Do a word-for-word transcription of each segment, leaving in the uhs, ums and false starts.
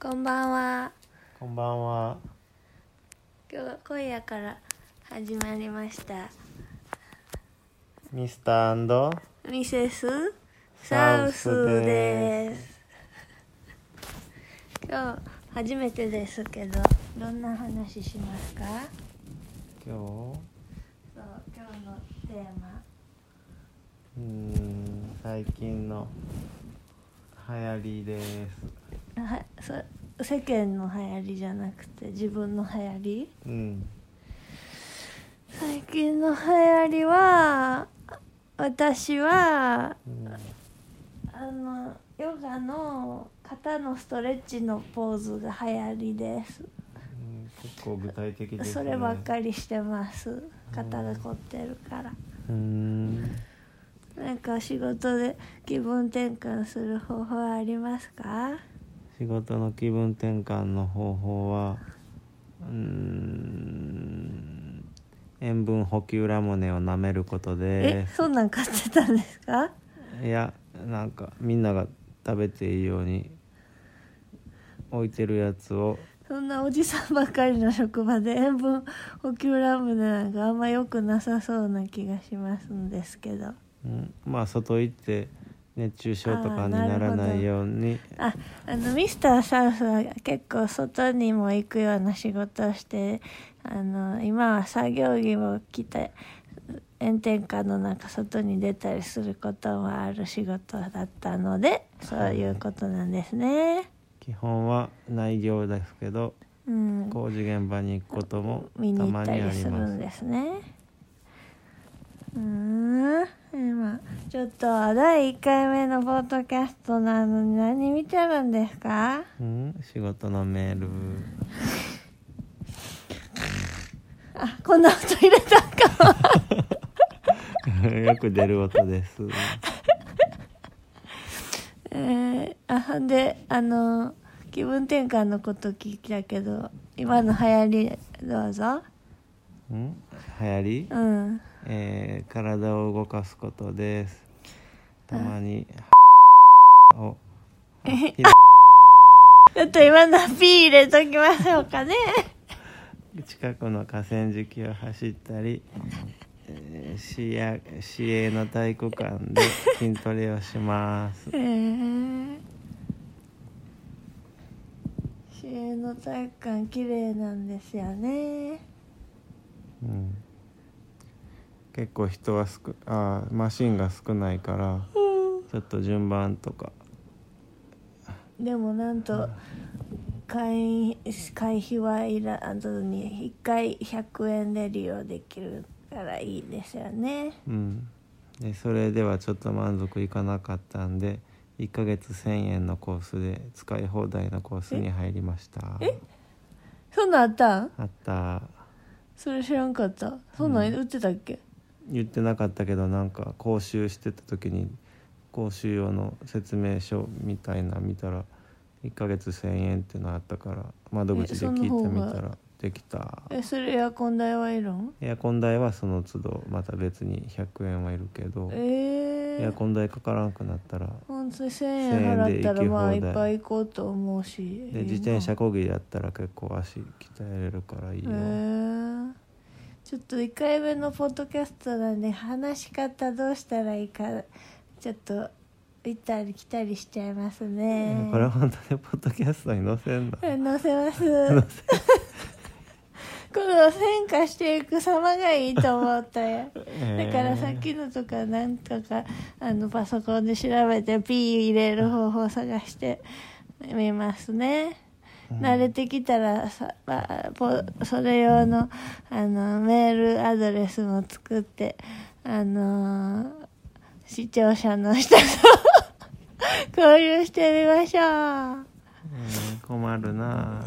こんばんは。 こんばんは。 今日今夜から始まりましたミスター& ミセスサウスです。今日初めてですけど、どんな話しますか？ 今日そう今日のテーマ、 うーん最近の流行りです。 はそ世間の流行りじゃなくて自分の流行り。 うん最近の流行りは、私はうんあのヨガの肩のストレッチのポーズが流行りです。 うん結構具体的ですね。 そればっかりしてます。肩が凝ってるから。 うーんなんか仕事で気分転換する方法はありますか？ 仕事の気分転換の方法はうーん塩分補給ラムネを舐めることでえ、そんなん買ってたんですか？ す。いやなんかみんなが食べていいように置いてるやつをそんなおじさんばっかりの職場で塩分補給ラムネなんかあんま良くなさそうな気がしますんですけど。 うん、まあ外行って熱中症とかにならないように。 あ、あのミスターサウスは結構外にも行くような仕事をして、あの今は作業着を着て炎天下の中外に出たりすることもある仕事だったので、そういうことなんですね。 基本は内業ですけど、 うん、 工事現場に行くことも見に行ったたまにありするんります。 ですね。うーん、今ちょっとだいいっかいめのポッドキャストなのに何見てるんですか？ うん、仕事のメール。 あ、こんな音入れたかもよく出る音です。 えー、あ、ほんであの気分転換のこと聞いたけど、今の流行りどうぞ。 うん、流行り、 うんえー、体を動かすことです。たまにをえちょっと今のピー入れときましょうかね。 近くの河川敷を走ったり、えー、市や市営の体育館で筋トレをします。 えー、市営の体育館綺麗なんですよね。 うん、結構人は少あマシンが少ないから、ちょっと順番とか。 でもなんと会会費はいらずにいっかいひゃくえんで利用できるからいいですよね。 うん、でそれではちょっと満足いかなかったんでいっかげつせんえんのコースで使い放題のコースに入りました。 えそんなんあったん？ あった。 それ知らんかった。そんなん売ってたっけ？ 言ってなかったけど、なんか講習してた時に講習用の説明書みたいな見たらいっかげつせんえんってのあったから、窓口で聞いてみたらできた。 え、それエアコン代はいるん？ エアコン代はその都度また別にひゃくえんはいるけど、 えー、 エアコン代かからんくなったらほんとせんえん払ったらまあいっぱい行こうと思うし。 で自転車こぎやったら結構足鍛えれるからいいよ。 えー、ちょっといっかいめのポッドキャストなんで話し方どうしたらいいかちょっと行ったり来たりしちゃいますね。 これ本当にポッドキャストに載せんの？ 載せますこの変化していく様がいいと思ったよ、えー、だからさっきのとかなんとかあのパソコンで調べて P 入れる方法を探してみますね。慣れてきたらさ、まあ、それ用の、あのメールアドレスも作ってあのー、視聴者の人と交流してみましょう。 うん困るな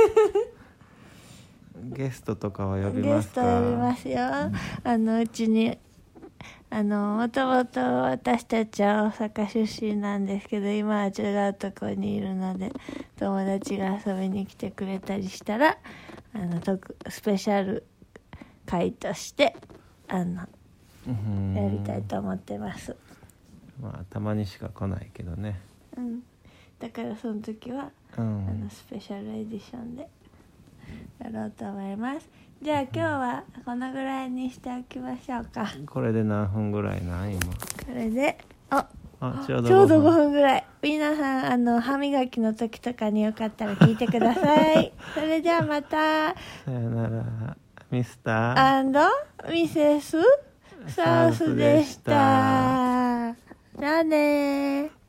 ゲストとかは呼びますか？ ゲスト呼びますよ。あのうちにあのもともと私たちは大阪出身なんですけど、今は違うところにいるので友達が遊びに来てくれたりしたらあの特スペシャル回としてあのうんやりたいと思ってます。 まあたまにしか来ないけどね。 うん、 だからその時は、 うん、 あのスペシャルエディションでやろうと思います。じゃあ今日はこのぐらいにしておきましょうか。 これで何分ぐらいなん今？ これでああちょうどちょうどごふんぐらい。皆さんあの歯磨きの時とかによかったら聞いてください。それじゃあまた。 さよならミスターアンドミセスサウスでした。じゃあねー。